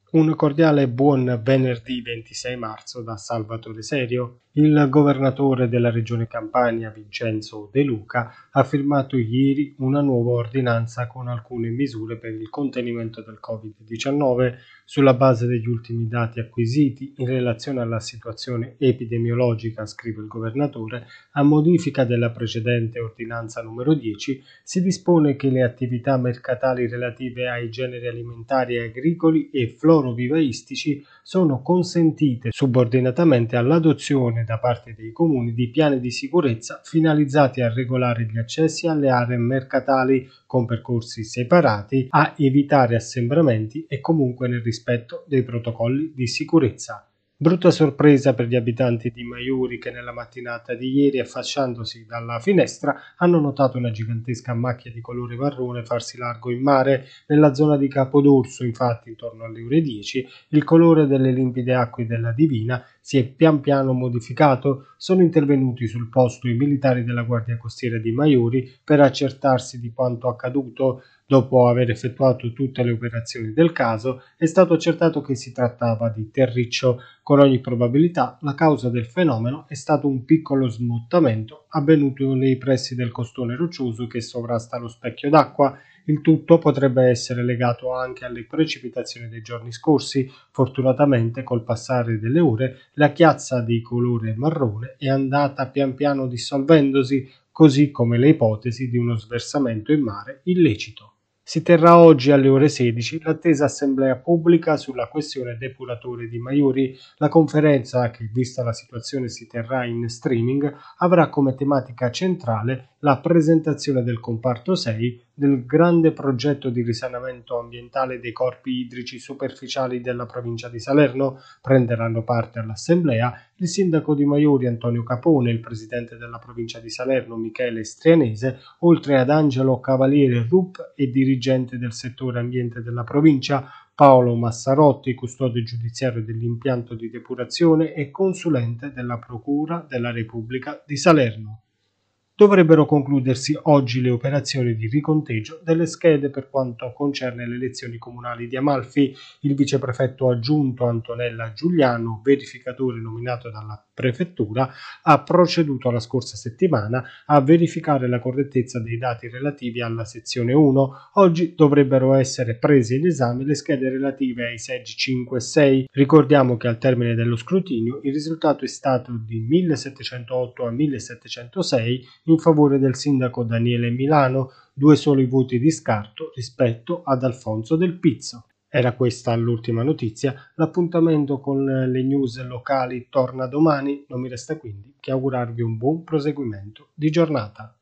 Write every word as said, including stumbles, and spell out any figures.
Un cordiale buon venerdì ventisei marzo da Salvatore Serio. Il governatore della regione Campania, Vincenzo De Luca, ha firmato ieri una nuova ordinanza con alcune misure per il contenimento del covid diciannove sulla base degli ultimi dati acquisiti in relazione alla situazione epidemiologica, scrive il governatore. A modifica della precedente ordinanza numero dieci, si dispone che le attività mercatali relative ai generi alimentari e agricoli e florovivaistici sono consentite subordinatamente all'adozione da parte dei comuni di piani di sicurezza finalizzati a regolare gli accessi alle aree mercatali con percorsi separati, a evitare assembramenti e comunque nel rispetto dei protocolli di sicurezza. Brutta sorpresa per gli abitanti di Maiuri che nella mattinata di ieri, affacciandosi dalla finestra, hanno notato una gigantesca macchia di colore marrone farsi largo in mare. Nella zona di Capodorso, infatti, intorno alle ore dieci, il colore delle limpide acque della Divina si è pian piano modificato. Sono intervenuti sul posto i militari della Guardia Costiera di Maiuri per accertarsi di quanto accaduto. Dopo aver effettuato tutte le operazioni del caso, è stato accertato che si trattava di terriccio. Con ogni probabilità la causa del fenomeno è stato un piccolo smottamento avvenuto nei pressi del costone roccioso che sovrasta lo specchio d'acqua. Il tutto potrebbe essere legato anche alle precipitazioni dei giorni scorsi. Fortunatamente, col passare delle ore, la chiazza di colore marrone è andata pian piano dissolvendosi, così come le ipotesi di uno sversamento in mare illecito. Si terrà oggi alle ore sedici l'attesa assemblea pubblica sulla questione depuratore di Maiuri. La conferenza, che vista la situazione si terrà in streaming, avrà come tematica centrale la presentazione del comparto sei del grande progetto di risanamento ambientale dei corpi idrici superficiali della provincia di Salerno. Prenderanno parte all'assemblea il sindaco di Maiuri Antonio Capone, il presidente della provincia di Salerno Michele Strianese, oltre ad Angelo Cavaliere Rupp e dirigente del settore ambiente della provincia, Paolo Massarotti, custode giudiziario dell'impianto di depurazione e consulente della Procura della Repubblica di Salerno. Dovrebbero concludersi oggi le operazioni di riconteggio delle schede per quanto concerne le elezioni comunali di Amalfi. Il viceprefetto aggiunto Antonella Giuliano, verificatore nominato dalla prefettura, ha proceduto la scorsa settimana a verificare la correttezza dei dati relativi alla sezione uno. Oggi dovrebbero essere prese in esame le schede relative ai seggi cinque e sei. Ricordiamo che al termine dello scrutinio il risultato è stato di millesettecentootto a millesettecentosei in favore del sindaco Daniele Milano, due soli voti di scarto rispetto ad Alfonso Del Pizzo. Era questa l'ultima notizia, l'appuntamento con le news locali torna domani, non mi resta quindi che augurarvi un buon proseguimento di giornata.